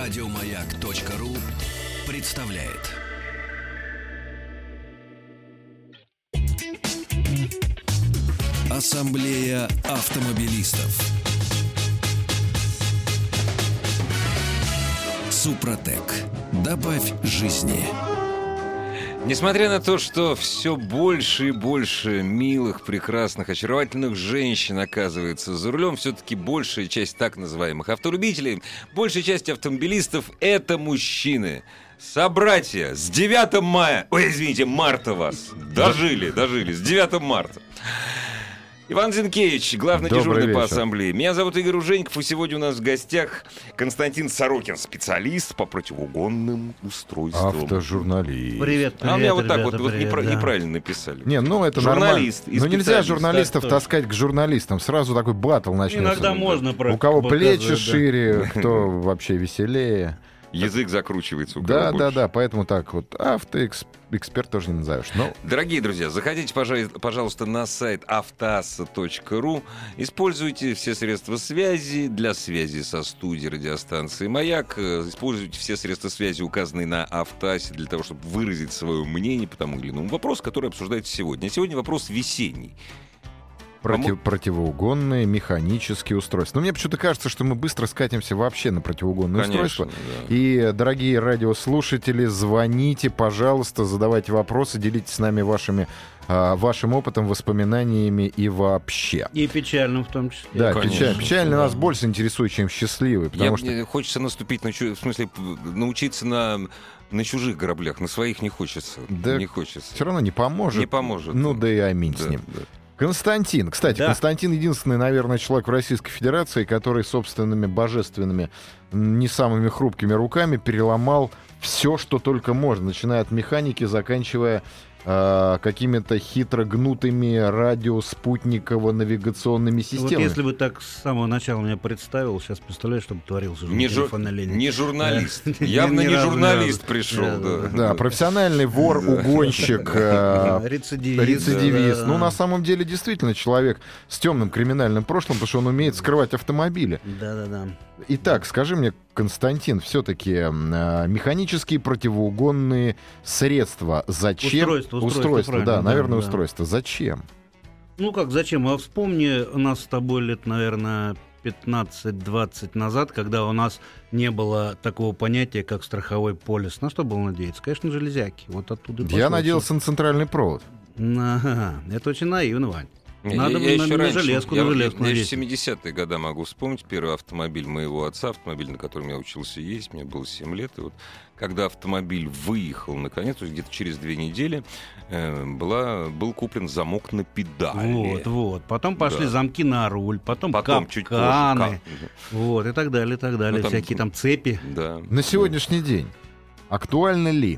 Радиомаяк.ру представляет. Ассамблея автомобилистов. Супротек. Добавь жизни. Несмотря на то, что все больше и больше милых, прекрасных, очаровательных женщин оказывается за рулем, все-таки большая часть так называемых автолюбителей, большая часть автомобилистов — это мужчины. Собратья, с 9 мая, марта вас, дожили, с 9 марта. Иван Зинкевич, главный дежурный по ассамблее. Меня зовут Игорь Ужеников, и сегодня у нас в гостях Константин Сорокин, специалист по противоугонным устройствам. Автожурналист. Привет, А у меня вот так ребята, вот привет, неправильно написали. Не, ну это журналист нормально. Но нельзя журналистов таскать к журналистам. Сразу такой баттл начнется. Иногда можно. У кого плечи шире, кто вообще веселее. Язык закручивается у кого больше. Да, поэтому так вот автоэксперт тоже не назовешь. Но... Дорогие друзья, заходите, пожалуйста, на сайт автоасса.ру. Используйте все средства связи для связи со студией радиостанции «Маяк». Используйте все средства связи, указанные на Автоассе, для того, чтобы выразить свое мнение по тому или иному вопросу, который обсуждается сегодня. Сегодня вопрос весенний. Противоугонные механические устройства. Но мне почему-то кажется, что мы быстро скатимся вообще на противоугонные устройства. Да. И, дорогие радиослушатели, звоните, пожалуйста, задавайте вопросы, делитесь с нами вашим опытом, воспоминаниями и вообще. И печальным в том числе. Да, печальный нас больше интересует, чем счастливый. Мне хочется наступить научиться на чужих граблях, на своих не хочется. Да, не хочется. Все равно не поможет. Не поможет. Ну да и аминь с ним. Да. Константин. Кстати, да. Константин единственный, наверное, человек в Российской Федерации, который собственными божественными, не самыми хрупкими руками переломал все, что только можно, начиная от механики, заканчивая какими-то хитро гнутыми радиоспутниково-навигационными системами. Вот если бы так с самого начала меня представил, сейчас представляешь, что бы творился уже на телефонной линии. Не журналист. Явно не журналист пришел. Да, профессиональный вор, угонщик, рецидивист. Ну, на самом деле, действительно, человек с темным криминальным прошлым, потому что он умеет скрывать автомобили. Да. Итак, скажи мне, Константин, все-таки механические противоугонные средства. Зачем? Устройство, да, наверное, устройство. Зачем? Ну как, зачем? А вспомни, у нас с тобой лет, наверное, 15-20 назад, когда у нас не было такого понятия, как страховой полис. На что было надеяться? Конечно, железяки. Вот оттуда. Я надеялся на центральный провод. Это очень наивно, Вань. Надо на железку я в 70-е годы могу вспомнить первый автомобиль моего отца, автомобиль, на котором я учился ездить, мне было 7 лет. И вот, когда автомобиль выехал, наконец, где-то через 2 недели, был куплен замок на педали. Вот. Потом пошли замки на руль, потом чуть капканы, вот, и так далее. Ну, всякие там цепи. Да. На сегодняшний день актуально ли?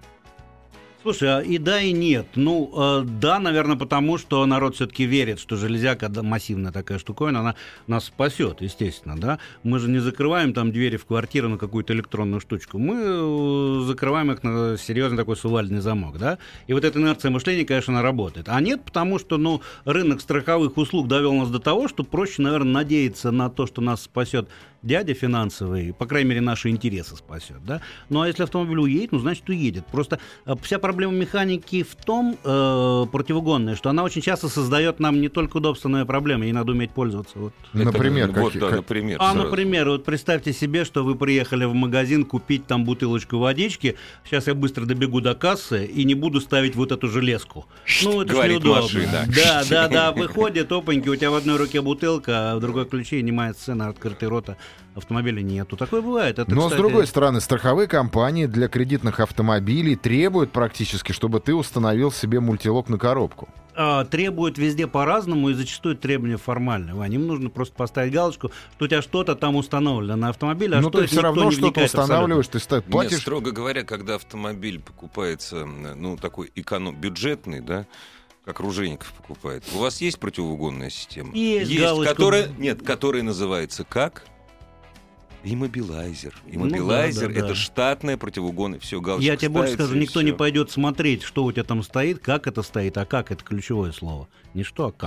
Слушай, и да, и нет. Ну, да, наверное, потому что народ все-таки верит, что железяка, массивная такая штуковина, она нас спасет, естественно, да. Мы же не закрываем там двери в квартиру на какую-то электронную штучку. Мы закрываем их на серьезный такой сувальный замок, да. И вот эта инерция мышления, конечно, она работает. А нет, потому что, рынок страховых услуг довел нас до того, что проще, наверное, надеяться на то, что нас спасет дядя финансовый, по крайней мере, наши интересы спасет, да. Ну, а если автомобиль уедет, значит, уедет. Просто вся проблема механики в том, противоугонная, что она очень часто создает нам не только удобства, но и проблемы, ей надо уметь пользоваться. Вот. Например, например, вот представьте себе, что вы приехали в магазин купить там бутылочку водички, сейчас я быстро добегу до кассы и не буду ставить вот эту железку. Ну, это же неудобно. Машина. Да, выходит, опаньки, у тебя в одной руке бутылка, а в другой ключи, немая сцена, открытый рота. Автомобиля нету. Такое бывает. Но, кстати... с другой стороны, страховые компании для кредитных автомобилей требуют практически, чтобы ты установил себе мультилок на коробку. Требуют везде по-разному, и зачастую требования формальные. Вань, им нужно просто поставить галочку, что у тебя что-то там установлено на автомобиле, что ты все равно что-то устанавливаешь, ты платишь. Нет, строго говоря, когда автомобиль покупается, такой бюджетный, да, как Ружеников покупает, у вас есть противоугонная система? Есть которая называется как? Иммобилайзер. Иммобилайзер это штатное противоугонное. Все, галочка Я тебе больше скажу, никто не пойдет смотреть, что у тебя там стоит, как это стоит, а как это ключевое слово. Не что, а как.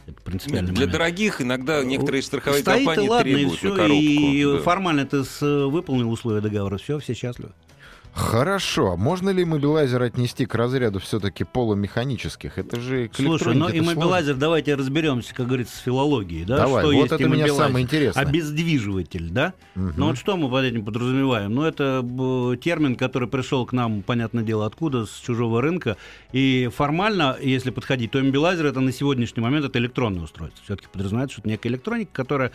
Это принципиальный Для момент. дорогих иногда некоторые страховые Стоит, компании и ладно, и требуют все, на коробку. и Да. формально ты выполнил условия договора, все счастливы. Хорошо. Можно ли иммобилайзер отнести к разряду все-таки полумеханических? Это же к Слушай, ну электронике это иммобилайзер, давайте разберемся, как говорится, с филологией. Да? Давай, что вот есть это меня иммобилайзер? самое интересное. Обездвиживатель, да? Ну вот что мы под этим подразумеваем? Ну это термин, который пришел к нам, понятное дело, откуда, с чужого рынка. И формально, если подходить, то иммобилайзер это на сегодняшний момент это электронное устройство. Все-таки подразумевается, что это некая электроника, которая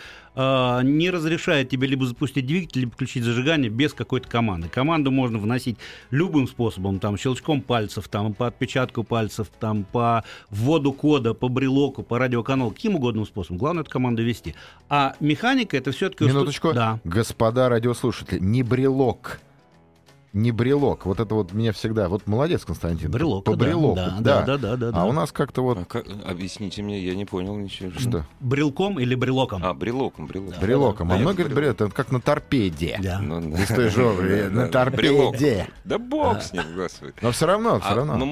не разрешает тебе либо запустить двигатель, либо включить зажигание без какой-то команды. Команду можно вносить любым способом, там, щелчком пальцев, там, по отпечатку пальцев, там, по вводу кода, по брелоку, по радиоканалу, каким угодным способом. Главное эту команду вести. А механика это все-таки... Минуточку. Да. Господа радиослушатели, не брелок. Не брелок. Вот это вот меня всегда... Вот молодец, Константин. Брелок, По да, брелоку, да. А у нас как-то вот... Объясните мне, я не понял ничего. Что? Брелком или брелоком? Брелоком. Брелоком. Да, А я многие брелок. говорят, это как на торпеде. Да. Ну, да. Из той же на Брелок. торпеде. Да бог с ним, господи. Но все равно.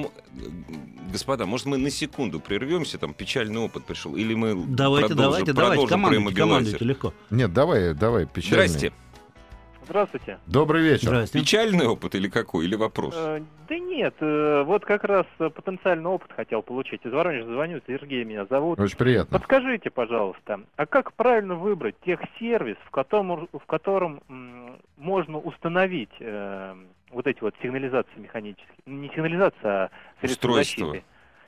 Господа, может, мы на секунду прервемся, там печальный опыт пришел, или мы Давайте, продолжим про командуйте иммобилайзер? легко. Нет, давай, печальный. Здрасте. Здравствуйте. Добрый вечер. Здрасте. Печальный опыт или какой? Или вопрос? Да нет, вот как раз потенциальный опыт хотел получить. Из Воронежа звоню, Сергей меня зовут. Очень приятно. Подскажите, пожалуйста, а как правильно выбрать техсервис, в котором можно установить вот эти вот сигнализации механические? Не сигнализация, а средства Устройство. защиты.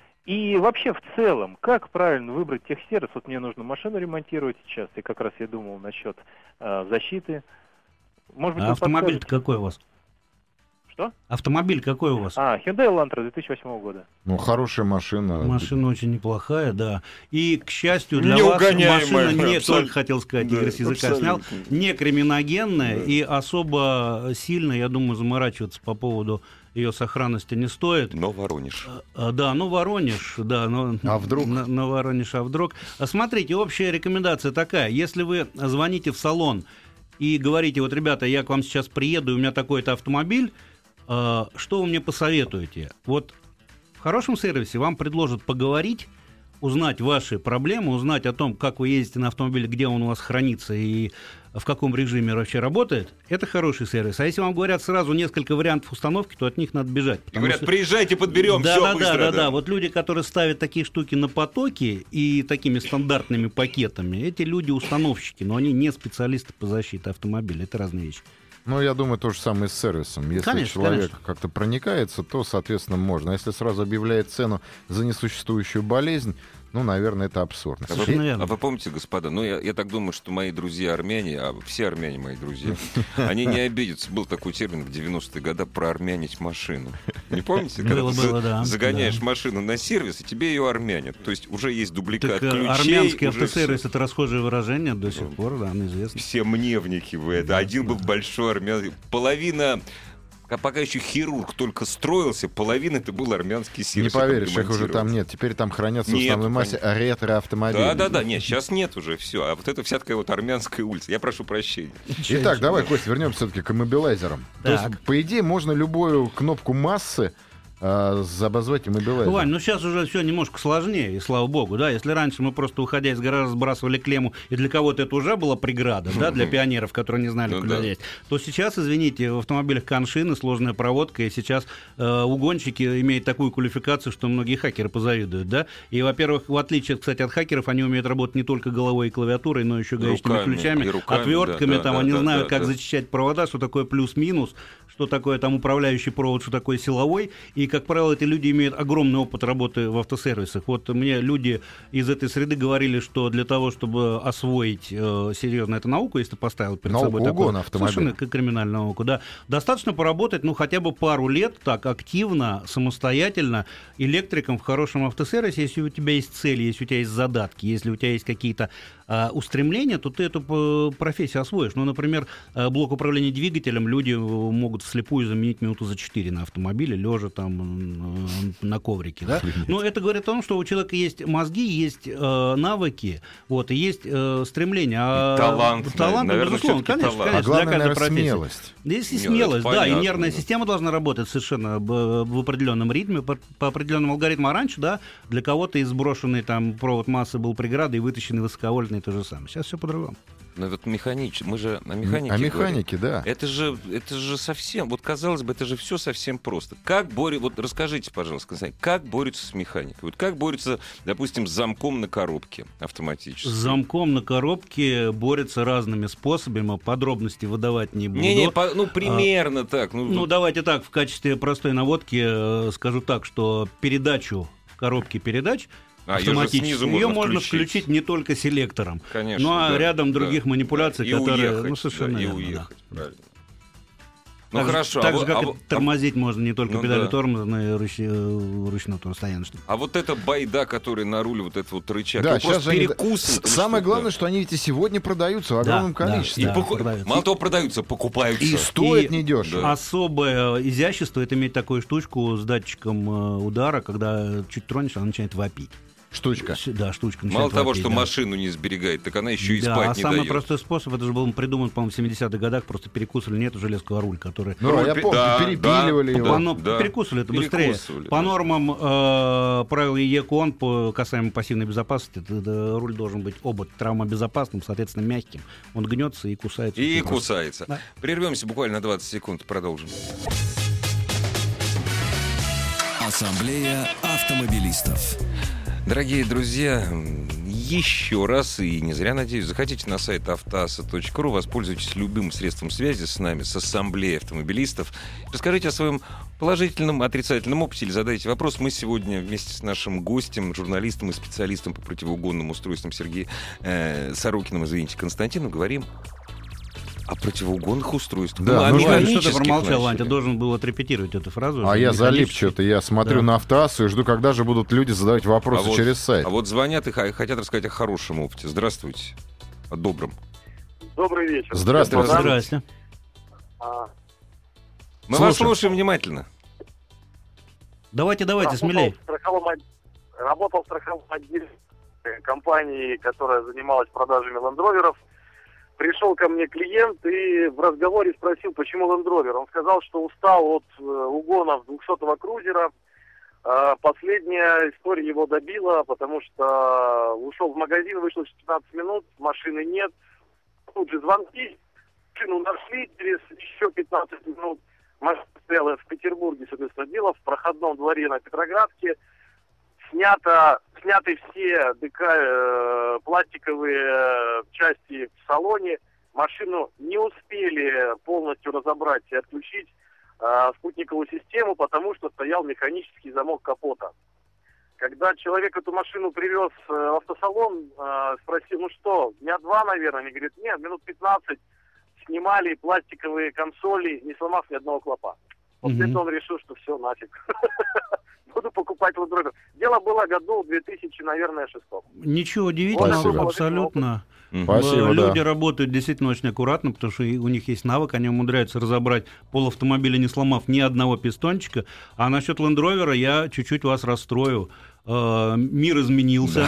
И вообще в целом, как правильно выбрать техсервис? Вот мне нужно машину ремонтировать сейчас, и как раз я думал насчет защиты. Может быть, А вы автомобиль-то подскажете? какой у вас? Что? Автомобиль какой у вас? Hyundai Elantra 2008 года. Ну, хорошая машина. Машина очень неплохая, да. И, к счастью, для Неугоняемая, вас машина не абсолютно. только, хотел сказать, Да, Игорь с языка снял, абсолютно. не криминогенная, Да. и особо сильно, я думаю, заморачиваться по поводу ее сохранности не стоит. Но Воронеж. Да, ну Воронеж, да, но А вдруг? на Воронеж, а вдруг? Смотрите, общая рекомендация такая: если вы звоните в салон и говорите: вот, ребята, я к вам сейчас приеду, и у меня такой-то автомобиль, что вы мне посоветуете? Вот в хорошем сервисе вам предложат поговорить, узнать ваши проблемы, узнать о том, как вы ездите на автомобиле, где он у вас хранится и в каком режиме вообще работает. Это хороший сервис. А если вам говорят сразу несколько вариантов установки, то от них надо бежать. И потому говорят, что- приезжайте, подберем, все быстро. да. Вот люди, которые ставят такие штуки на потоки и такими стандартными пакетами, эти люди установщики, но они не специалисты по защите автомобиля. Это разные вещи. Ну, я думаю, то же самое с сервисом. Если Конечно, человек конечно. как-то проникается, то, соответственно, можно. А если сразу объявляет цену за несуществующую болезнь, ну, наверное, это абсурдно. Совершенно верно. А вы помните, господа, ну я так думаю, что мои друзья армяне, а все армяне мои друзья, они не обидятся. Был такой термин в 90-е годы — проармянить машину. Не помните? Когда Было, ты да. загоняешь Да. машину на сервис, и тебе ее армянят. То есть уже есть дубликат Так ключей. армянский уже автосервис — всё. это расхожее выражение до сих пор, да, оно известно. Все мневники вы это. Один был большой армянский. Половина... А пока еще хирург только строился, половина это был армянский сервис. Не поверишь, их уже там нет. Теперь там хранятся в Нет, основной массе конечно. ретро-автомобили. Да, нет, сейчас нет уже, все. А вот это вся такая вот армянская улица. Я прошу прощения. Итак, давай, Костя, вернемся все-таки к иммобилайзерам. То Так. есть, по идее, можно любую кнопку массы обозвать иммобилайзером. Ну, Вань, ну сейчас уже все немножко сложнее, и слава богу, да. Если раньше мы просто, выходя из гаража, сбрасывали клемму, и для кого-то это уже была преграда, да, для пионеров, которые не знали, Ну куда да. лезть, то сейчас, извините, в автомобилях коншины, сложная проводка, и сейчас угонщики имеют такую квалификацию, что многие хакеры позавидуют, да. И, во-первых, в отличие, кстати, от хакеров, они умеют работать не только головой и клавиатурой, но еще гаечными Руками, ключами, и руками, отвертками, да, там, да, они да, знают, да, как да. зачищать провода, что такое плюс-минус, что такое там управляющий провод, что такое силовой, и, как правило, эти люди имеют огромный опыт работы в автосервисах. Вот мне люди из этой среды говорили, что для того, чтобы освоить серьезно эту науку, если ты поставил перед Науку собой такую, угона автомобиля. совершенно как криминальную науку, да, достаточно поработать, ну, хотя бы пару лет так активно, самостоятельно, электриком в хорошем автосервисе, если у тебя есть цели, если у тебя есть задатки, если у тебя есть какие-то устремления, то ты эту профессию освоишь. Ну, например, блок управления двигателем люди могут в вслепую заменить минуту за 4 на автомобиле, лежа там на коврике. Да? Но это говорит о том, что у человека есть мозги, есть навыки, вот, и есть стремление. Талант, наверное, безусловно, конечно, талант. А главное, наверное, профессии. Смелость. Есть и Нет, смелость, это да, и понятно, нервная да. система должна работать совершенно в определенном ритме, по определенному алгоритму. А раньше, да, для кого-то из сброшенный там провод массы был преградой, и вытащенный высоковольтный то же самое. Сейчас все по-другому. Но вот механич, мы же о механике О говорим. механике, да. Это же совсем, вот казалось бы, это же все совсем просто. Вот расскажите, пожалуйста, Константин, как борются с механикой? Вот как борются, допустим, с замком на коробке автоматически? С замком на коробке борются разными способами, подробности выдавать не буду. Примерно так. Ну, давайте так, в качестве простой наводки скажу так, что передачу в коробке передач автоматически ее можно включить не только селектором, конечно, ну а да, рядом других манипуляций, и которые уехать, совершенно и верно, уехать, да. правильно. Так хорошо. Так же, как и тормозить можно не только педалью да. тормоза, но и ручного расстояния. А вот эта байда, которая на руле, вот этот вот рычаг, Да, его сейчас просто же перекусывают. Самое главное, что они ведь и сегодня продаются в огромном количестве. да. Продаются. Мало того, продаются, покупаются. И стоит И недешево. Да. особое изящество — это иметь такую штучку с датчиком удара, когда чуть тронешь, она начинает вопить. Штучка. Да, штучка начинает Мало того, вопить, что да. машину не сберегает, так она еще и Да, спать а не самый дает. простой способ, это же был придуман, по-моему, в 70-х годах, просто перекусывали, нету железного руля, который... Ну, я помню, Да, перепиливали да, его. да. Перекусывали это быстрее. Перекусывали, По да. нормам правил ЕКОН, по касаемо пассивной безопасности, руль должен быть травмобезопасным, соответственно, мягким. Он гнется и кусается. И очень просто. кусается. Да. Прервемся буквально на 20 секунд, продолжим. Ассамблея автомобилистов. Дорогие друзья, еще раз, и не зря, надеюсь, заходите на сайт автоаса.ру, воспользуйтесь любым средством связи с нами, с Ассамблеей автомобилистов. Расскажите о своем положительном, отрицательном опыте или задайте вопрос. Мы сегодня вместе с нашим гостем, журналистом и специалистом по противоугонным устройствам Сергеем Сорокиным, Константином, говорим о противоугонных устройствах. Да, о ну, Что ты механических промолчал, Вань? начали. Ты должен был отрепетировать эту фразу. А уже я залип механически. что-то, я смотрю Да. на Автоассу и жду, когда же будут люди задавать вопросы через сайт. А вот звонят и хотят рассказать о хорошем опыте. Здравствуйте. О добром. Добрый вечер. Здравствуйте. Здрасте. Мы вас слушаем внимательно. Давайте, смелее. Работал в страховом отделе компании, которая занималась продажами лендроверов. Пришел ко мне клиент и в разговоре спросил, почему Land Rover. Он сказал, что устал от угонов 200-го крузера. Последняя история его добила, потому что ушел в магазин, вышел через 15 минут, машины нет. Тут же звонки, машину нашли через еще 15 минут. Машина стояла в Петербурге, соответственно, дело в проходном дворе на Петроградке. Сняты все ДК, пластиковые части в салоне. Машину не успели полностью разобрать и отключить спутниковую систему, потому что стоял механический замок капота. Когда человек эту машину привез в автосалон, спросил, ну что, дня 2, наверное? Они говорят, нет, минут 15 снимали пластиковые консоли, не сломав ни одного клапана. После этого он решил, что все, нафиг. Буду покупать Land Rover. Дело было году 2000, наверное, 6-м. Ничего удивительного, Спасибо. абсолютно. Спасибо, Люди да. работают действительно очень аккуратно, потому что у них есть навык, они умудряются разобрать полавтомобиля, не сломав ни одного пистончика. А насчет Land Rover я чуть-чуть вас расстрою. Мир изменился,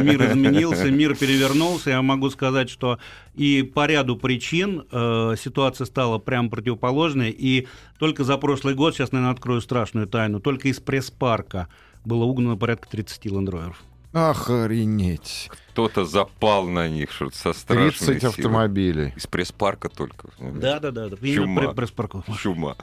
мир перевернулся. Я могу сказать, что и по ряду причин ситуация стала прям противоположной. И только за прошлый год, сейчас, наверное, открою страшную тайну, только из пресс-парка было угнано порядка 30 Land Rover'ов. Охренеть. Кто-то запал на них, что-то со страшной 30 силой. автомобилей. Из пресс-парка только. Да. Чума. Именно пресс-парков. Чума.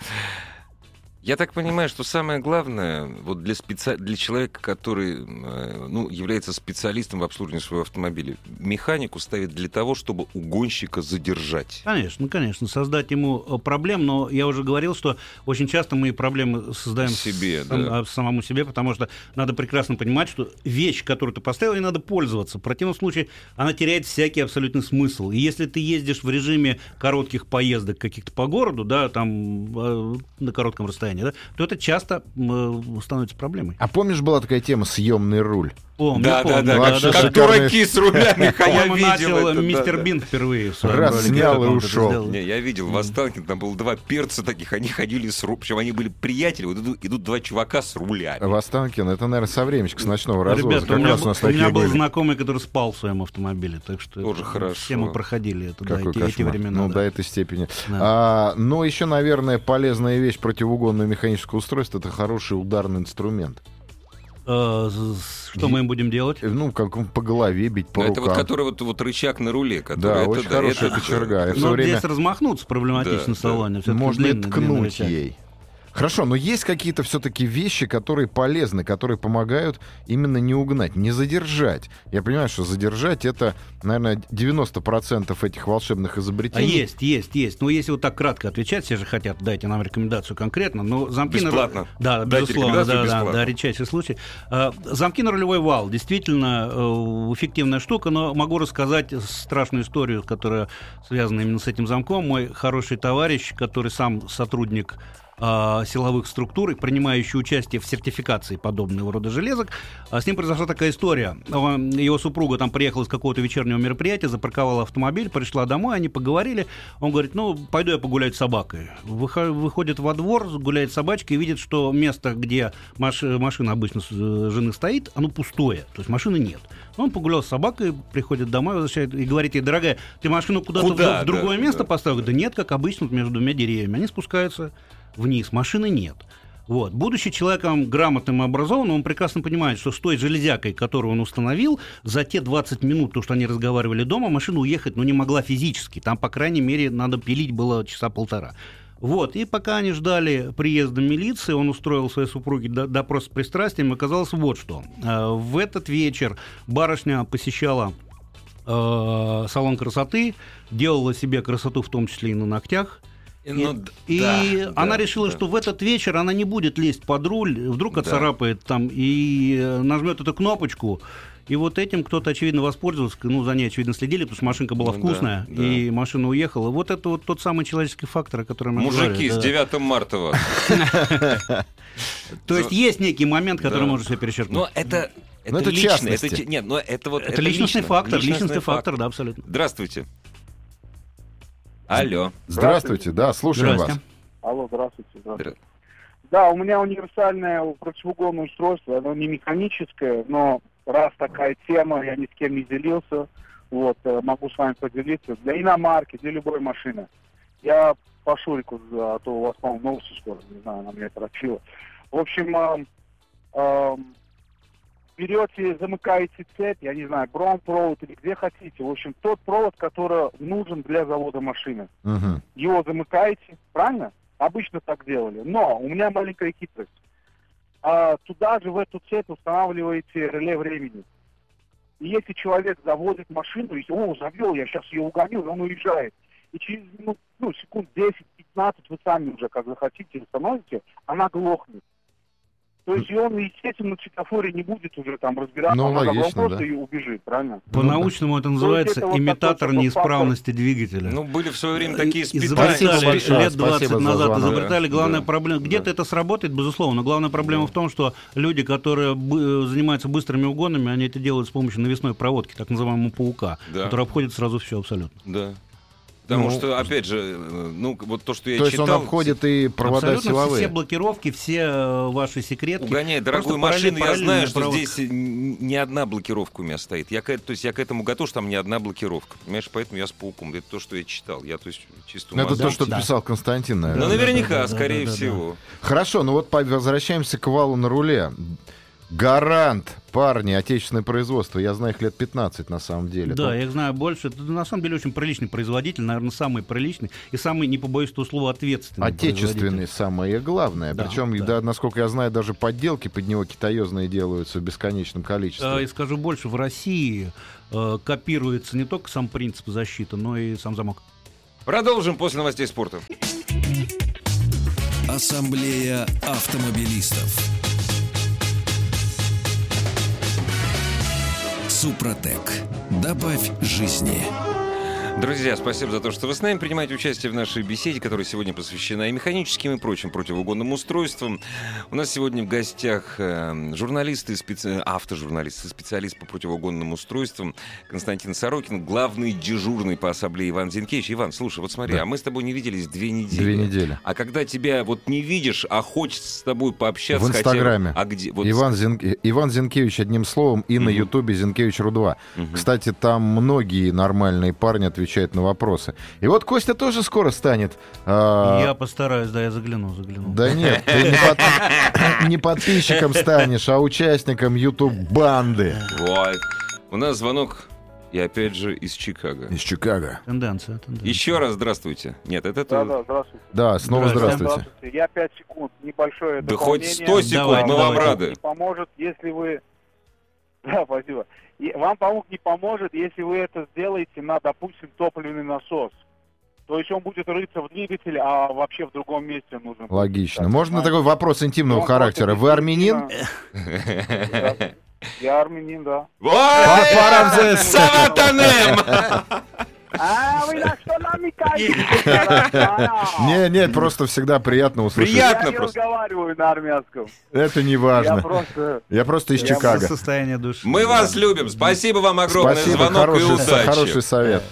Я так понимаю, что самое главное вот для человека, который является специалистом в обслуживании своего автомобиля, механику ставит для того, чтобы угонщика задержать. Конечно, создать ему проблем, но я уже говорил, что очень часто мы проблемы создаем Себе, самому себе, потому что надо прекрасно понимать, что вещь, которую ты поставил, ей надо пользоваться. В противном случае она теряет всякий абсолютный смысл. И если ты ездишь в режиме коротких поездок каких-то по городу, да, там на коротком расстоянии, состоянии, да, то это часто становится проблемой. А помнишь, была такая тема «съемный руль»? Помню, Да, Вообще как шикарная- дураки с рулями, я По-моему, видел начал это, мистер да. Бин впервые в своем Раз ролике, снял как и он это ушел. сделал. Не, я видел в Останкино, там было 2 перца таких, они ходили с рулем, причем они были приятели, вот идут 2 чувака с рулями. В Останкино, это, наверное, со времечка с ночного развоза. Ребята, Как раз у нас у меня такие был были. знакомый, который спал в своем автомобиле, так что Тоже хорошо. все мы проходили это, да, Какой эти кошмар. времена. Ну, да. до этой степени. Да. Но еще, наверное, полезная вещь противоугонного механического устройства — это хороший ударный инструмент. Что мы им будем делать? Ну, как по голове бить, по Это рукам. вот который вот рычаг на руле. Который, Да, это, очень хорошая это- кочерга. Я всё Но время здесь размахнуться проблематично Да, в салоне. Всё-таки можно и длинный ткнуть рычаг. ей. Хорошо, но есть какие-то все-таки вещи, которые полезны, которые помогают именно не угнать, не задержать. Я понимаю, что задержать — это, наверное, 90% этих волшебных изобретений. Есть. Но если вот так кратко отвечать, все же хотят, дайте нам рекомендацию конкретно. Но замки Бесплатно. Да, Дайте безусловно, рекомендацию бесплатно. да, редчайший случай. Замки на рулевой вал действительно эффективная штука, но могу рассказать страшную историю, которая связана именно с этим замком. Мой хороший товарищ, который сам сотрудник силовых структур, и принимающий участие в сертификации подобного рода железок. С ним произошла такая история. Его супруга там приехала из какого-то вечернего мероприятия, запарковала автомобиль, пришла домой, они поговорили. Он говорит, пойду я погуляю с собакой. Выходит во двор, гуляет с собачкой и видит, что место, где машина обычно жены стоит, оно пустое. То есть машины нет. Он погулял с собакой, приходит домой, возвращает и говорит ей, дорогая, ты машину куда-то в другое место поставил? Да нет, как обычно, между двумя деревьями. Они спускаются вниз, машины нет. Вот. Будучи человеком грамотным и образованным, он прекрасно понимает, что с той железякой, которую он установил, за те 20 минут, то, что они разговаривали дома, машина уехать не могла физически. Там, по крайней мере, надо пилить было часа полтора. Вот. И пока они ждали приезда милиции, он устроил своей супруге допрос с пристрастием, и оказалось вот что. В этот вечер барышня посещала салон красоты, делала себе красоту, в том числе и на ногтях. Она решила, что в этот вечер она не будет лезть под руль, вдруг отцарапает там и нажмет эту кнопочку. И вот этим кто-то, очевидно, воспользовался, за ней, очевидно, следили, потому что машинка была вкусная, и машина уехала. Вот это вот тот самый человеческий фактор, о котором я говорю. Мужики с 9 марта. То есть некий момент, который можно себе перечеркнуть. Но это личное. Это личностный фактор, да, абсолютно. Здравствуйте. Алло. Здравствуйте, да, слушаем вас. Алло, здравствуйте. Да, у меня универсальное противоугонное устройство, оно не механическое, но раз такая тема, я ни с кем не делился, могу с вами поделиться. Для иномарки, для любой машины. Я по Шурику, а то у вас, по-моему, новости скоро, не знаю, она меня торопила. В общем, берете, замыкаете цепь, я не знаю, промпровод или где хотите. В общем, тот провод, который нужен для завода машины. Угу. Его замыкаете, правильно? Обычно так делали. Но у меня маленькая хитрость. Туда же в эту цепь устанавливаете реле времени. И если человек заводит машину, и завел, я сейчас ее угоню, он уезжает. И через секунд 10-15 вы сами уже, как захотите, установите, она глохнет. То есть он, естественно, на светофоре не будет уже там разбираться, логично, он просто и убежит, правильно? По-научному это называется имитатор неисправности двигателя. Были в свое время такие изобретали лет 20 назад, звонок. изобретали. Главная проблема, где-то это сработает, безусловно. Главная проблема в том, что люди, которые занимаются быстрыми угонами, они это делают с помощью навесной проводки, так называемого паука, который обходит сразу все абсолютно. Да. Потому что, опять же, вот то, что я читал... То есть он обходит и провода абсолютно силовые? Все блокировки, все ваши секретки. Угоняя дорогую машину, я знаю, что здесь не одна блокировка у меня стоит. Я к этому готов, что там не одна блокировка. Понимаешь, поэтому я с пауком. Это то, что я читал. Я, то есть, чисто Это то, что писал Константин, наверное. Наверняка, скорее всего. Хорошо, возвращаемся к валу на руле. Гарант, парни, отечественное производство. Я знаю их лет 15 на самом деле. Да, я их знаю больше. Это на самом деле очень приличный производитель, наверное, самый приличный и самый, не побоюсь этого слова, ответственный. Отечественный самое главное. Причем, насколько я знаю, даже подделки под него китаёзные делаются в бесконечном количестве. И скажу больше, в России копируется не только сам принцип защиты, но и сам замок. Продолжим после новостей спорта. Ассамблея автомобилистов. Супротек. Добавь жизни. Друзья, спасибо за то, что вы с нами принимаете участие в нашей беседе, которая сегодня посвящена и механическим, и прочим противоугонным устройствам. У нас сегодня в гостях журналисты, автожурналисты, специалист по противоугонным устройствам Константин Сорокин, главный дежурный по Ассамблее Иван Зинкевич. Иван, слушай, вот смотри, а мы с тобой не виделись 2 недели. 2 недели. А когда тебя вот не видишь, а хочется с тобой пообщаться... В Инстаграме. Хотя бы, где? Вот... Иван Зинкевич, одним словом, и на Ютубе Зинкевич Ру-2. Кстати, там многие нормальные парни отвечают на вопросы. И вот Костя тоже скоро станет... Я постараюсь, да, я загляну. Да нет, ты не подписчиком станешь, а участником YouTube-банды. Вот. У нас звонок, и опять же из Чикаго. Из Чикаго. Тенденция. Еще раз здравствуйте. Нет, это... Да, здравствуйте. Да, снова здравствуйте. Я 5 секунд, небольшое Да хоть дополнение. 100 секунд, мы вам рады. Не поможет, если вы... Да, спасибо. Вам помог не поможет, если вы это сделаете на, допустим, топливный насос. То есть он будет рыться в двигателе, а вообще в другом месте нужно. Логично. Можно такой вопрос интимного характера? Вы армянин? Я армянин, да. Саватанем! А вы на что намекаете? Нет, просто всегда приятно услышать. Приятно Я не просто. разговариваю на армянском. Это не важно. Я просто из Чикаго. Состояние души. Мы вас любим. Спасибо вам огромное. Спасибо, Звонок и удачи. хороший совет.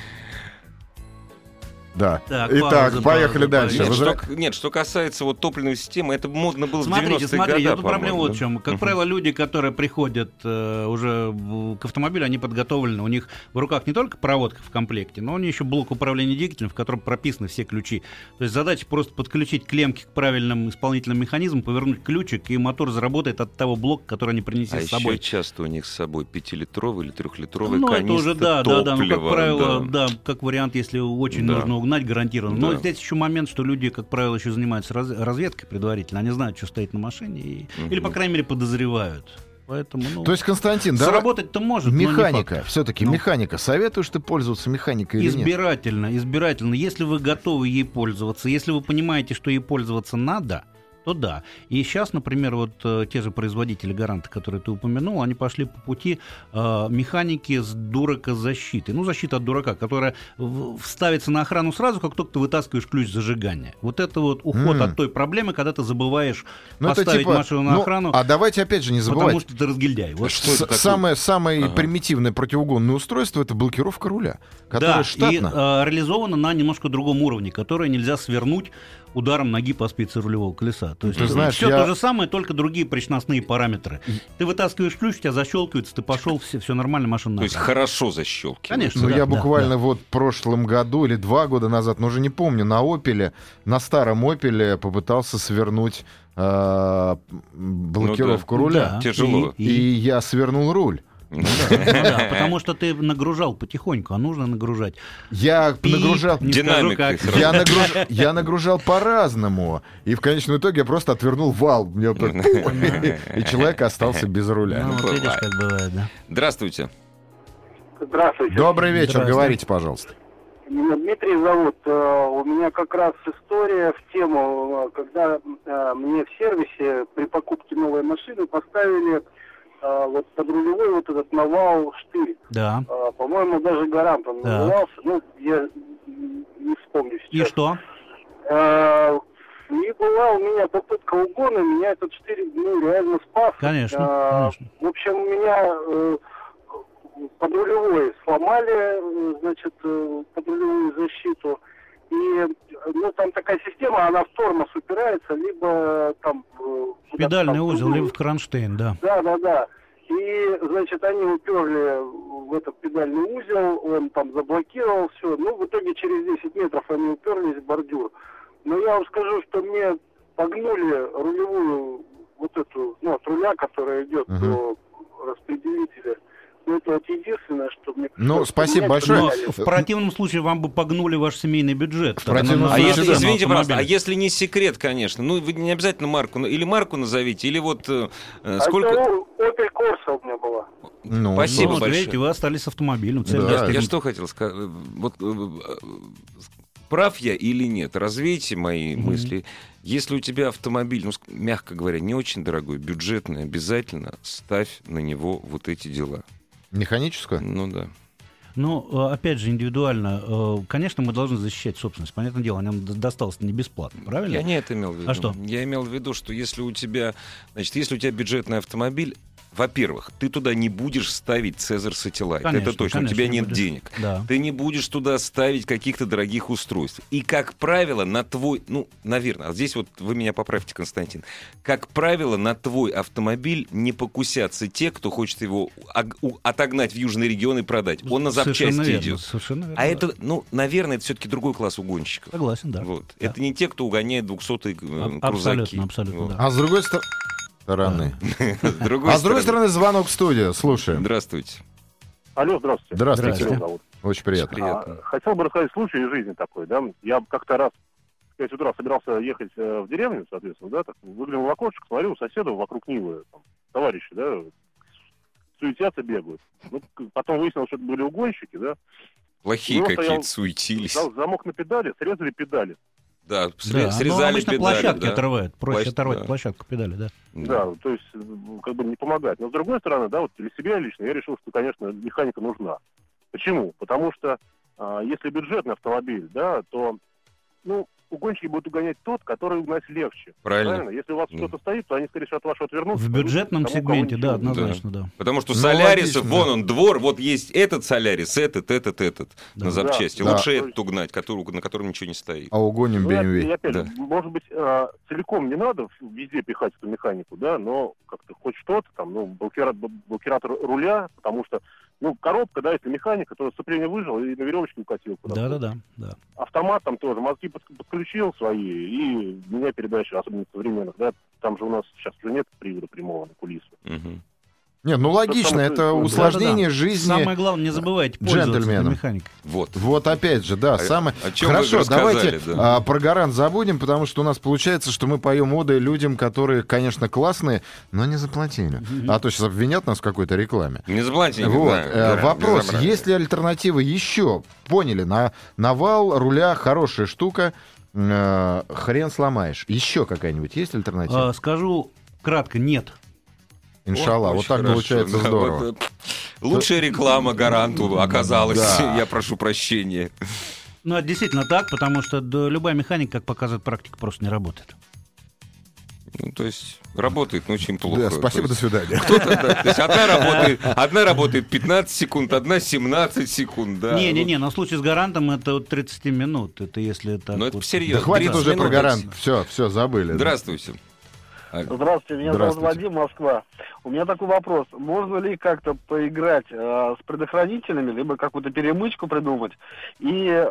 Да. Так, Итак, пауза, поехали пауза, дальше. Нет, что касается вот топливной системы, это модно было в 90-е Смотрите, годы, тут проблема вот в чем. Как правило, люди, которые приходят уже к автомобилю, они подготовлены. У них в руках не только проводка в комплекте, но у них еще блок управления двигателем, в котором прописаны все ключи. То есть задача просто подключить клемки к правильным исполнительным механизмам, повернуть ключик, и мотор заработает от того блока, который они принесли с собой. Еще часто у них с собой 5-литровый или 3-литровый Ну, канистра это уже, да. Ну, как правило, да. как вариант, если очень нужно угнать, гарантированно. Но Да. здесь еще момент, что люди, как правило, еще занимаются разведкой предварительно. Они знают, что стоит на машине, или, по крайней мере, подозревают. Поэтому, То есть, Константин, да? заработать-то может, но не Механика, факт. все-таки механика. Советуешь ты пользоваться механикой или нет? Избирательно. Если вы готовы ей пользоваться, если вы понимаете, что ей пользоваться надо, то да. И сейчас, например, вот те же производители гаранта, которые ты упомянул, они пошли по пути механики с дуракозащиты. Ну, защита от дурака, которая ставится на охрану сразу, как только ты вытаскиваешь ключ зажигания. Вот это вот уход от той проблемы, когда ты забываешь поставить машину на охрану. А давайте опять же не забывать. Потому что ты разгильдяй. Вот Самое примитивное противоугонное устройство — это блокировка руля, которое штатно. И реализовано на немножко другом уровне, которое нельзя свернуть ударом ноги по спице рулевого колеса. То есть ты знаешь, все то же самое, только другие причностные параметры. Ты вытаскиваешь ключ, у тебя защелкивается, ты пошел, все нормально, машина. То есть хорошо защелкивает. Конечно. Ну, да, я да, буквально да. вот в прошлом году или 2 года назад, но уже не помню, на старом Опеле попытался свернуть блокировку руля. Да, Тяжело. И я свернул руль. Да, потому что ты нагружал потихоньку, а нужно нагружать. Я нагружал... Не скажу, Динамикой как. Я нагружал по-разному. И в конечном итоге я просто отвернул вал. Мне вот так, и человек остался без руля. Ну, вот видишь, как бывает, да. Здравствуйте. Здравствуйте. Добрый вечер, Здравствуйте. говорите, пожалуйста. Меня Дмитрий зовут. У меня как раз история в тему, когда мне в сервисе при покупке новой машины поставили вот под рулевой вот этот навал штырь. Да. По-моему, даже гарант он Да. назывался. Ну, я не вспомню И сейчас. что? И была у меня попытка угона, меня этот штырь реально спас. Конечно. В общем, меня под рулевой сломали, значит, под рулевую защиту. И, там такая система, она в тормоз упирается, либо там... Педальный узел, либо в кронштейн, да. Да. И, значит, они уперли в этот педальный узел, он там заблокировал все. Ну, в итоге через 10 метров они уперлись в бордюр. Но я вам скажу, что мне погнули рулевую вот эту, от руля, которая идет до распределителя. Ну, это вот единственное, что мне... Спасибо большое. Но в противном случае вам бы погнули ваш семейный бюджет. В противном А случае, если, да, извините, пожалуйста, а автомобиль. если не секрет, конечно, вы не обязательно марку, или марку назовите, или вот сколько... Это Opel Corsa у меня была. Спасибо Вот, большое. видите, вы остались с автомобилем. Цель Да, достигнута. Я что хотел сказать? Вот, прав я или нет? Развейте мои мысли. Если у тебя автомобиль, мягко говоря, не очень дорогой, бюджетный, обязательно ставь на него вот эти дела. Механическую? Ну да. Но, опять же, индивидуально. Конечно, мы должны защищать собственность. Понятное дело, нам досталось не бесплатно, правильно? Я не это имел в виду. А что? Я имел в виду, что если у тебя бюджетный автомобиль, во-первых, ты туда не будешь ставить Cezar Satellite. Конечно, это точно. У тебя нет денег. Да. Ты не будешь туда ставить каких-то дорогих устройств. И, как правило, на твой... наверное, а здесь вот вы меня поправьте, Константин. Как правило, на твой автомобиль не покусятся те, кто хочет его отогнать в южный регион и продать. Он на запчасти идет. Совершенно верно. А это, наверное, это все-таки другой класс угонщиков. Согласен, да. Вот. Да. Это не те, кто угоняет 200-е крузаки. Абсолютно, Вот. да. А с другой стороны... С А с другой стороны, звонок в студию. Слушаем. Здравствуйте. Алло, здравствуйте. Здравствуйте. Здравствуйте. Зовут. Очень приятно. Приятно. Хотел бы рассказать случай из жизни такой, да. Я как-то раз в 5 утра собирался ехать в деревню, соответственно, да, так выглянул в окошко, смотрю, у соседа вокруг Нивы там, товарищи, да, суетятся, бегают. Ну, потом выяснилось, что это были угонщики, да. Плохие Ну, какие-то, стоял суетились. Замок на педали, срезали педали. Да, Да, срезали обычно педали. площадки да. отрывают. Проще оторвать да. площадку педали, да. Да, то есть, как бы не помогает. Но с другой стороны, да, вот для себя лично я решил, что, конечно, механика нужна. Почему? Потому что если бюджетный автомобиль, да, то, угонщики будут угонять тот, который угнать легче. Правильно. Если у вас что-то стоит, то они, скорее всего, от вашего отвернутся. В бюджетном тому, кого сегменте, да, ничего не однозначно, да. Потому что Ну, Солярисов, логично. вон он, двор, вот есть этот Солярис, этот на запчасти. Да. Лучше Да. этот угнать, на котором ничего не стоит. А угоним Ну, и BMW. опять же, Да. может быть, целиком не надо везде пихать эту механику, да, но как-то хоть что-то, там, блокиратор руля, потому что, коробка, да, если механика, то сцепление выжил и на веревочке укатил куда-то. Да. Автомат там тоже, мозги подключил свои, и меня передачи, особенно современных, да, там же у нас сейчас уже нет привода прямого на кулису. Мгм. Нет, логично, самое это происходит. усложнение Да-да-да. жизни. Самое главное, не забывайте пользоваться джентльменам. механикой. Вот. Вот опять же, да, самое... о чем вы Хорошо, рассказали, давайте да. про гарант забудем, потому что у нас получается, что мы поем оды людям, которые, конечно, классные, но не заплатили. А то сейчас обвинят нас в какой-то рекламе. Не заплатили. Вот, да, вопрос, разобрали. есть ли альтернативы еще? Поняли, на вал руля хорошая штука, хрен сломаешь. Еще какая-нибудь есть альтернатива? Скажу кратко, нет. Иншаллах, Очень вот так хорошо, получается да, здорово. вот, лучшая реклама гаранту оказалась. Да. Я прошу прощения. Ну, это действительно так, потому что любая механика, как показывает практика, просто не работает. То есть работает, но очень плохо. Да, спасибо, То до есть свидания. кто-то, да, то есть одна работает 15 секунд, одна 17 секунд. Да. Не-не-не, но в случае с гарантом это от 30 минут. Это если так. Ну, это вот. серьезно. Да хватит 30 уже про минут, гарант. это- Все, забыли. да. Здравствуйте. Здравствуйте, меня зовут Вадим, Москва. У меня такой вопрос. Можно ли как-то поиграть с предохранителями, либо какую-то перемычку придумать, и,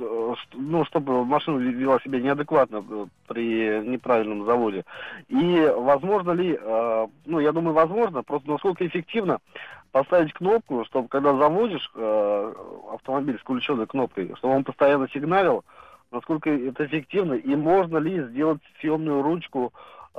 чтобы машина вела себя неадекватно при неправильном заводе? И возможно ли, я думаю, возможно, просто насколько эффективно поставить кнопку, чтобы когда заводишь автомобиль с включенной кнопкой, чтобы он постоянно сигналил, насколько это эффективно, и можно ли сделать съемную ручку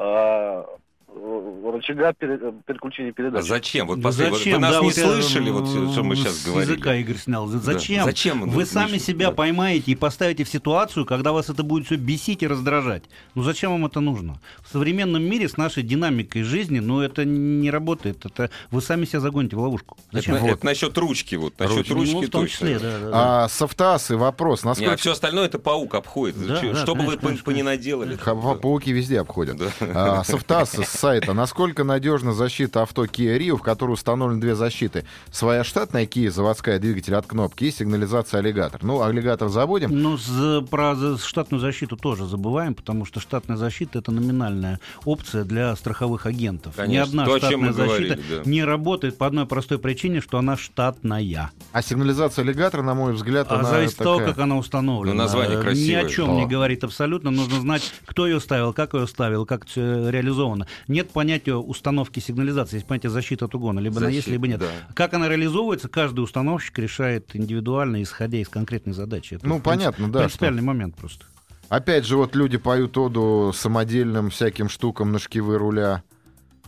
рычага переключения передач. А зачем? Вот Да последний, вы нас Да, не вот я, слышали, вот что мы сейчас с говорили. языка Игорь снял. Зачем? Да. Зачем? Вы сами Миша? себя Да. поймаете и поставите в ситуацию, когда вас это будет все бесить и раздражать. Зачем вам это нужно? В современном мире с нашей динамикой жизни, это не работает. Это вы сами себя загоните в ловушку. Зачем? Это насчет ручки. Насчет ручки в том точно. числе, да. А с автоасы вопрос. Не, Насколько... а все остальное это паук обходит. Да, да, Что бы вы конечно, по не наделали. Пауки везде обходят. Да. С автоаса, с сайта. Насколько надежна защита авто Kia Rio, в которой установлены две защиты? Своя штатная Kia, заводская, двигатель от кнопки, и сигнализация аллигатор. Аллигатор забудем. Про штатную защиту тоже забываем, потому что штатная защита — это номинальная опция для страховых агентов. Конечно. Ни одна То, о чем штатная мы говорили, защита да. не работает по одной простой причине, что она штатная. А сигнализация аллигатора, на мой взгляд, она зависит от того, такая... как она установлена. Название Ни красивое. о чем не говорит абсолютно. Нужно знать, кто ее ставил, как как это реализовано. Нет понятия установки сигнализации, есть понятие защиты от угона. Либо она есть, либо нет. Да. Как она реализовывается, каждый установщик решает индивидуально, исходя из конкретной задачи. Это, понятно, да. Принципиальный момент просто. Опять же, люди поют оду самодельным всяким штукам на шкивы руля.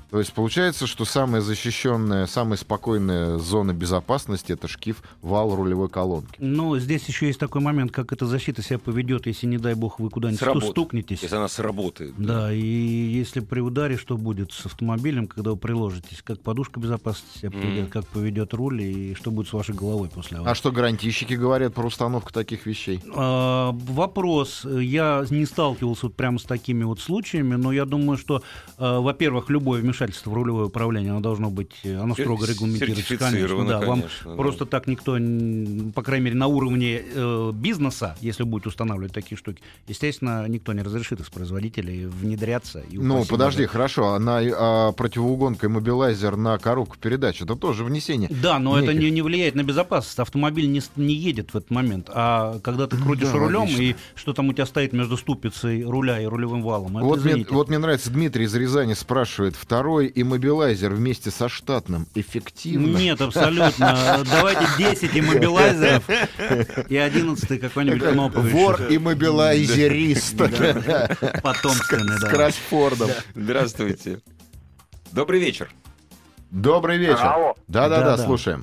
То есть получается, что самая защищенная, самая спокойная зона безопасности — это шкив, вал рулевой колонки. Ну, здесь еще есть такой момент, как эта защита себя поведет, если, не дай бог, вы куда-нибудь стукнетесь. Если она сработает. Да, и если при ударе, что будет с автомобилем, когда вы приложитесь, как подушка безопасности себя поведет, как поведет руль, и что будет с вашей головой после аварии. А что гарантийщики говорят про установку таких вещей? Вопрос. Я не сталкивался вот прямо с такими вот случаями, но я думаю, что, во-первых, любое вмешательство в рулевое управление, оно должно быть, оно строго регламентируется, конечно. Да, вам просто так никто, по крайней мере, на уровне бизнеса, если будет устанавливать такие штуки, естественно, никто не разрешит из производителей внедряться. Ну, подожди, хорошо, противоугонка иммобилайзер на коробку передач, это тоже внесение. Да, но это не влияет на безопасность. Автомобиль не едет в этот момент. А когда ты крутишь рулем, и что там у тебя стоит между ступицей руля и рулевым валом, вот мне нравится, Дмитрий из Рязани спрашивает, второй иммобилайзер вместе со штатным эффективно? Нет, абсолютно. Давайте 10 иммобилайзеров и 11-й какой-нибудь кнопковый. Вор-иммобилайзерист. Потомственный, да. С Кроссфордом. Здравствуйте. Добрый вечер. Добрый вечер. Алло. Да, слушаем.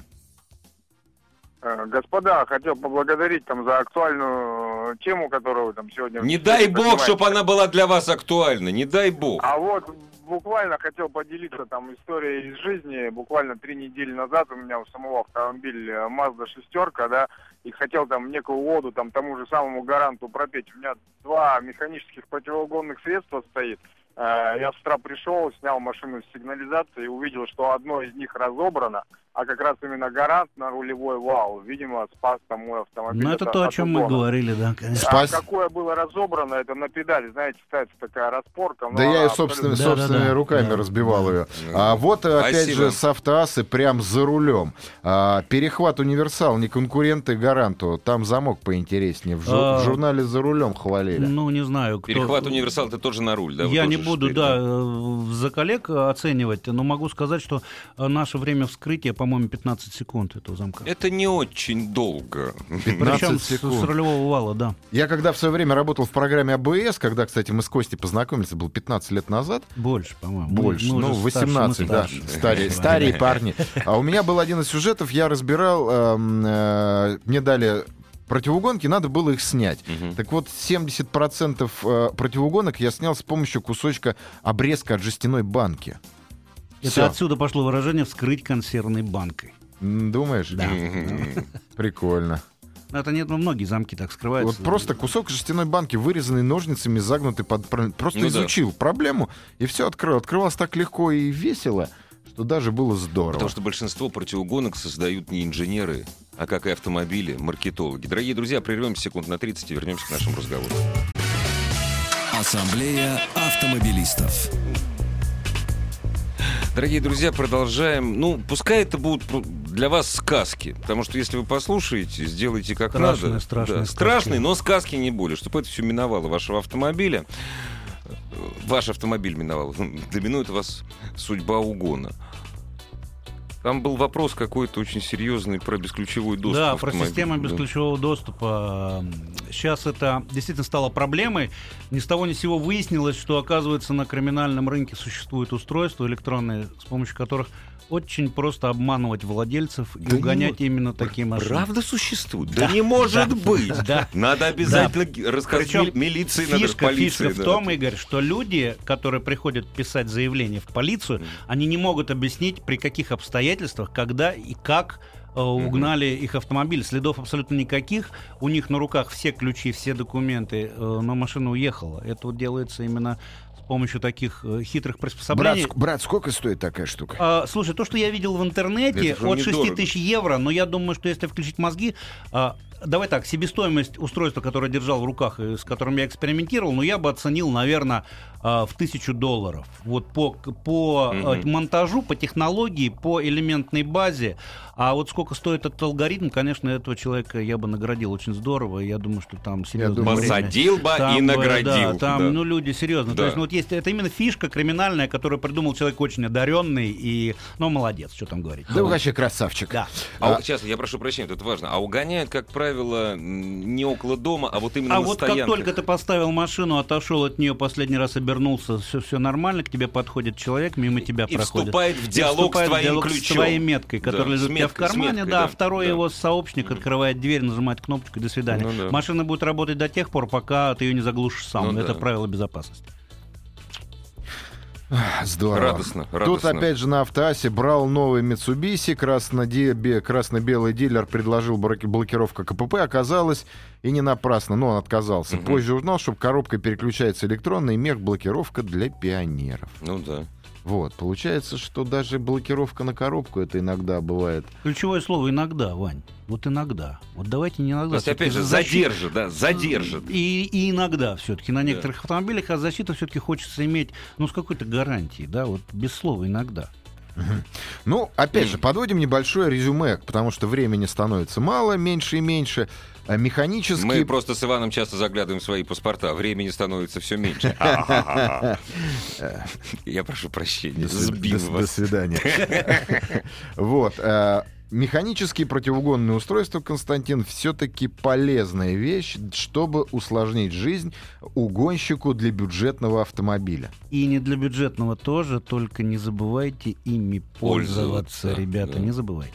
Господа, хотел поблагодарить там за актуальную тему, которую там сегодня... Не дай бог, чтобы она была для вас актуальна, не дай бог. А вот буквально хотел поделиться там историей из жизни. Буквально 3 недели назад у меня у самого автомобиль Mazda 6, да, и хотел там некую воду там тому же самому гаранту пропеть. У меня 2 механических противоугонных средства стоит. Я с утра пришел, снял машину с сигнализации и увидел, что одно из них разобрано, а как раз именно гарант на рулевой вал, видимо, спас там мой автомобиль. Ну, это то, о чем мы говорили, да, конечно. А какое было разобрано, это на педали, знаете, ставится такая распорка. Да я и собственными руками разбивал ее. А вот, опять же, с автоассы прям за рулем. Перехват универсал, не конкуренты гаранту. Там замок поинтереснее. В журнале «За рулем» хвалили. Ну, не знаю. Перехват универсал, ты тоже на руль, да? Я не буду, за коллег оценивать, но могу сказать, что наше время вскрытия, по-моему, 15 секунд этого замка. Это не очень долго. 15 секунд. С рулевого вала, да. Я когда в свое время работал в программе АБС, когда, кстати, мы с Костей познакомились, было 15 лет назад. Больше, по-моему. Больше, 18, да. Старые парни. А у меня был один из сюжетов, я разбирал, мне дали противоугонки, надо было их снять. Так вот, 70% противоугонок я снял с помощью кусочка обрезка от жестяной банки. Это отсюда пошло выражение «вскрыть консервной банкой». Думаешь? Да. Прикольно. Это нет, многие замки так скрываются. Вот просто кусок жестяной банки, вырезанный ножницами, загнутый под... Просто изучил проблему, и все открыл. Открывалось так легко и весело, что даже было здорово. Потому что большинство противоугонок создают не инженеры, а, как и автомобили, маркетологи. Дорогие друзья, прервемся секунд на 30 и вернемся к нашему разговору. Ассамблея автомобилистов. Дорогие друзья, продолжаем. Ну, пускай это будут для вас сказки, потому что если вы послушаете, сделайте как надо. Страшные, но сказки не более, чтобы это все миновало вашего автомобиля. Ваш автомобиль миновал. Доминует у вас судьба угона. Там был вопрос какой-то очень серьезный про бесключевой доступ. Да, про систему бесключевого доступа. Сейчас это действительно стало проблемой. Ни с того ни с сего выяснилось, что, оказывается, на криминальном рынке существуют устройства электронные, с помощью которых очень просто обманывать владельцев и угонять именно такие машины. Правда существует? Да не может быть! Надо обязательно рассказать милиции, надо полиции. Фишка в том, Игорь, что люди, которые приходят писать заявление в полицию, они не могут объяснить, при каких обстоятельствах, когда и как угнали их автомобиль. Следов абсолютно никаких. У них на руках все ключи, все документы, но машина уехала. Это вот делается именно с помощью таких хитрых приспособлений. Брат, сколько стоит такая штука? Слушай, то, что я видел в интернете, от 6 тысяч евро, но я думаю, что если включить мозги... Давай так, себестоимость устройства, которое держал в руках и с которым я экспериментировал, ну, я бы оценил, наверное, в $1000. Вот по монтажу, по технологии, по элементной базе. А вот сколько стоит этот алгоритм, конечно, этого человека я бы наградил очень здорово. Я думаю, что там серьезно... Посадил бы и наградил. Да, там, ну, люди серьезно. Да. То есть, ну, вот есть, это именно фишка криминальная, которую придумал человек очень одаренный и, ну, молодец, что там говорить. Да, вообще красавчик. Да. Сейчас, я прошу прощения, тут важно. А угоняют, как правило, правило, не около дома, а вот именно на вот стоянках. как только ты поставил машину, отошел от нее, последний раз обернулся, все нормально, к тебе подходит человек, мимо тебя и проходит. Вступает в диалог с твоим ключом. С твоей меткой, которая лежит у тебя в кармане. меткой, да, второй его сообщник открывает дверь, нажимает кнопочку, до свидания. Ну, да. Машина будет работать до тех пор, пока ты ее не заглушишь сам. Ну, это да. правило безопасности. Здорово. Радостно. Тут опять же на автоассе брал новый Mitsubishi, красно-белый дилер предложил блокировку КПП, оказалось, и не напрасно, но он отказался. Позже узнал, что коробка переключается электронно, и мех-блокировка для пионеров. Ну да. Вот, получается, что даже блокировка на коробку это иногда бывает. Ключевое слово «иногда», Вань. Вот иногда. Вот давайте не иногда. То есть, опять же, задержит, да, задержит. И иногда все-таки на некоторых автомобилях, а защиту все-таки хочется иметь, с какой-то гарантией, да, вот без слова «иногда». Ну, опять же, подводим небольшое резюме, потому что времени становится мало, меньше и меньше. Механически... Мы просто с Иваном часто заглядываем в свои паспорта, времени становится все меньше. Я прошу прощения, сбил вас. До свидания. Вот. Механические противоугонные устройства, Константин, все-таки полезная вещь, чтобы усложнить жизнь угонщику для бюджетного автомобиля. И не для бюджетного тоже, только не забывайте ими пользоваться, ребята, да. Не забывайте.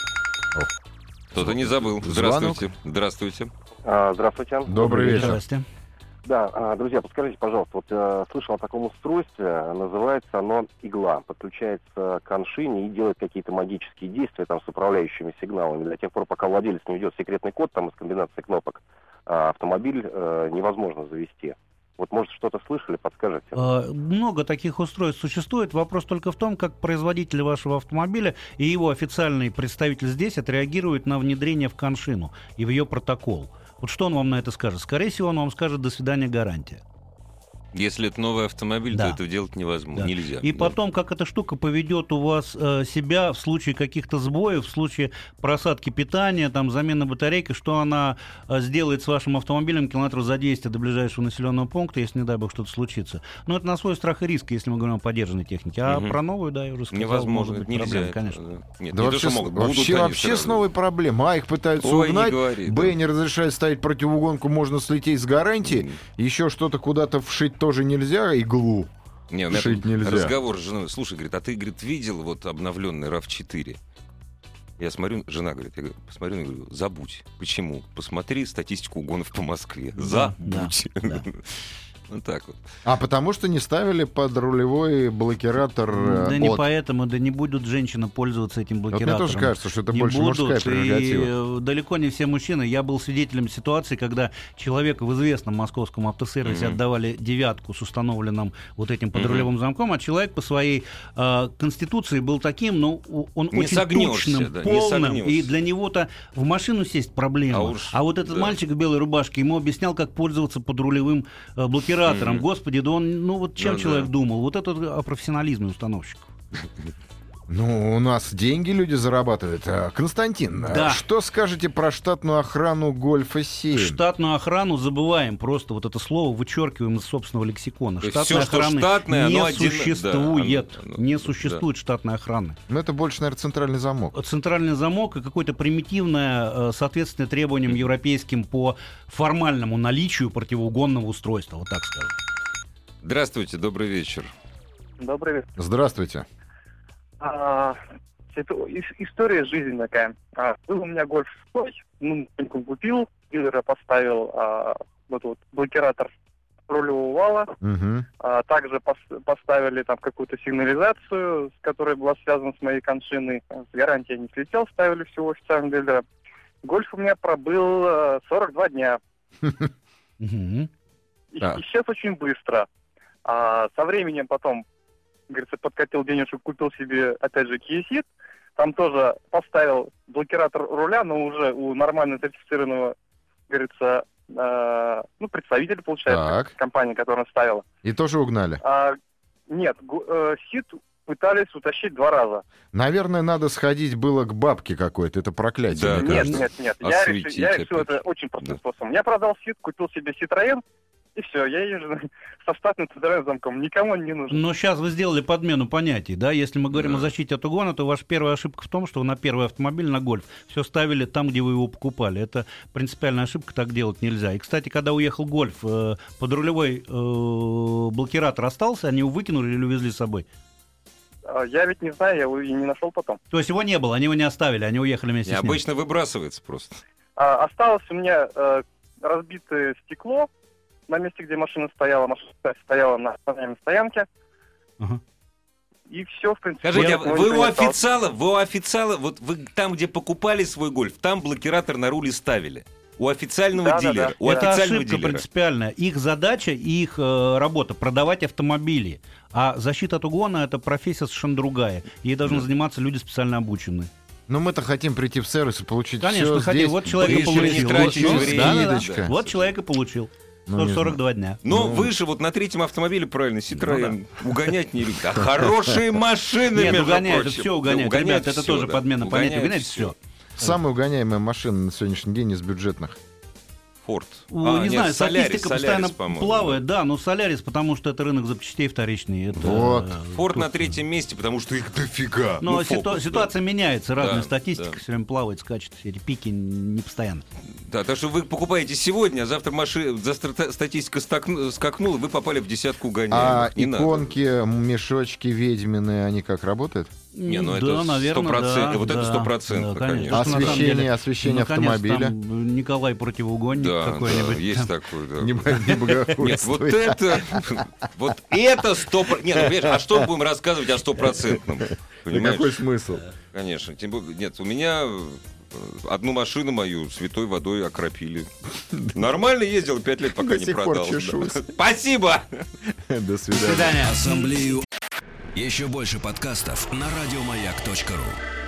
Кто-то не забыл. Здравствуйте. Здравствуйте. Здравствуйте. Добрый вечер. Здравствуйте. Да, друзья, подскажите, пожалуйста, вот слышал о таком устройстве, называется оно игла, подключается к аншине и делает какие-то магические действия там с управляющими сигналами. До тех пор, пока владелец не введет секретный код там из комбинации кнопок, автомобиль невозможно завести. Вот, может, что-то слышали, подскажите? Много таких устройств существует. Вопрос только в том, как производитель вашего автомобиля и его официальный представитель здесь отреагирует на внедрение в коншину и в ее протокол. Вот что он вам на это скажет? Скорее всего, он вам скажет «до свидания, гарантия». Если это новый автомобиль, Да. то это делать невозможно, Да. нельзя. И Да. потом, как эта штука поведет у вас себя в случае каких-то сбоев, в случае просадки питания, там, замены батарейки, что она сделает с вашим автомобилем километров за 200 до ближайшего населенного пункта, если, не дай бог, что-то случится. Но это на свой страх и риск, если мы говорим о поддержанной технике. А про новую, да, я уже сказал, Невозможно, может быть нельзя. проблемы, это, конечно. да. Нет, Да не вообще, то, что могут, будут вообще они с сразу. новой проблемой. А их пытаются Ой, не угнать, говори, Б да. не разрешает ставить противоугонку, можно слететь с гарантии, еще что-то куда-то вшить тоже нельзя, иглу. Не, у меня Шить там нельзя. разговор с женой. Слушай, говорит, а ты, говорит, видел вот обновленный RAV4? Я смотрю, жена говорит, я говорю, посмотрю, и говорю, забудь. Почему? Посмотри статистику угонов по Москве. Забудь. да. Вот так вот. А потому что не ставили под рулевой блокиратор Да не от. поэтому, да не будут женщины пользоваться этим Вот блокиратором. мне тоже кажется, что это Не больше будут, мужская прерогатива. и далеко не все мужчины. Я был свидетелем ситуации, когда человеку в известном московском автосервисе отдавали девятку с установленным вот этим подрулевым замком, а человек по своей конституции был таким, ну, он Не очень согнешься, точным, да, не полным, согнешься. и для него-то в машину сесть проблема. А уж, этот да. мальчик в белой рубашке ему объяснял, как пользоваться подрулевым блокиратором. Господи, да он, ну вот чем Да, человек да. думал? Вот это о профессионализме установщиков. Ну, у нас деньги люди зарабатывают. Константин, Да. что скажете про штатную охрану Гольфа 7? Штатную охрану забываем, просто вот это слово вычеркиваем из собственного лексикона. То есть Штатной всё, что охраны штатное, не оно один- существует. да, оно- Не да. существует штатной охраны. Ну, это больше, наверное, центральный замок. Центральный замок и какое-то примитивное, соответственно, требованиям европейским по формальному наличию противоугонного устройства, вот так скажем. Здравствуйте, добрый вечер. Добрый вечер. Здравствуйте. Это история жизни такая. Был у меня Гольф 6, купил, дилера поставил вот блокиратор рулевого вала. Угу. Также поставили там какую-то сигнализацию, с которой была связана с моей коншиной. С гарантией не слетел, ставили всего официального дилера. Гольф у меня пробыл 42 дня. Мгм. Исчез очень быстро. Со временем потом, говорится, подкатил денежку, купил себе, опять же, Kia Ceed. Там тоже поставил блокиратор руля, но уже у нормально сертифицированного, говорится, представителя, получается, Так. компании, которая ставила. И тоже угнали. Нет, Ceed пытались утащить 2 раза. Наверное, надо сходить было к бабке какой-то. Это проклятие, Да, мне Нет, кажется. нет. Я Осветить решил опять. это очень простым Да. способом. Я продал Ceed, купил себе Citroёn И все, я езжу со штатным центральным замком, никому не нужен. Но сейчас вы сделали подмену понятий, да? Если мы говорим о защите от угона, то ваша первая ошибка в том, что вы на первый автомобиль, на Гольф, все ставили там, где вы его покупали. Это принципиальная ошибка, так делать нельзя. И, кстати, когда уехал Гольф, подрулевой блокиратор остался, они его выкинули или увезли с собой? Я ведь не знаю, я его и не нашел потом. То есть его не было, они его не оставили, они уехали вместе с ним? Обычно выбрасывается просто. Осталось у меня разбитое стекло на месте, где машина стояла. Машина стояла на стоянке. Ага. И все, в принципе. Скажите, вы у официала, вот вы там, где покупали свой Гольф, там блокиратор на руле ставили? У официального дилера? У Это официального ошибка дилера. принципиальная. Их задача и их работа — продавать автомобили. А защита от угона — это профессия совершенно другая. Ей должны заниматься люди специально обученные. Но мы-то хотим прийти в сервис и получить Конечно, все хотим. здесь. Вот человек и получил. Вот человек и получил. 142 дня. Но вы же вот на третьем автомобиле, правильно, Citroёn, угонять не любите. А хорошие машины, Нет, между угоняют, прочим. это все угоняют. Ребят, это тоже подмена понятия. Угоняют все. Самая угоняемая машина на сегодняшний день из бюджетных. Форд. Не знаю, статистика постоянно плавает, да, но Солярис, потому что это рынок запчастей вторичный. Вот. Форд на третьем месте, потому что их дофига. Но ситуация меняется, разная статистика все время плавает, скачет, все эти пики не постоянно. Да, так что вы покупаете сегодня, а завтра статистика скакнула, вы попали в десятку угоняемых. А иконки, мешочки ведьмины, они как работают? Не, ну это 100%, вот это 100%, конечно. Освещение автомобиля. Николай противоугонник какой-нибудь. Да, есть такой, да. Нет, вот это 100%. Нет, ну, понимаешь, а что мы будем рассказывать о 100%? Да какой смысл? Конечно. Нет, у меня одну машину мою святой водой окропили. Нормально ездил 5 лет, пока не продал. Спасибо! До свидания. Ассамблею. Еще больше подкастов на радиомаяк.ру.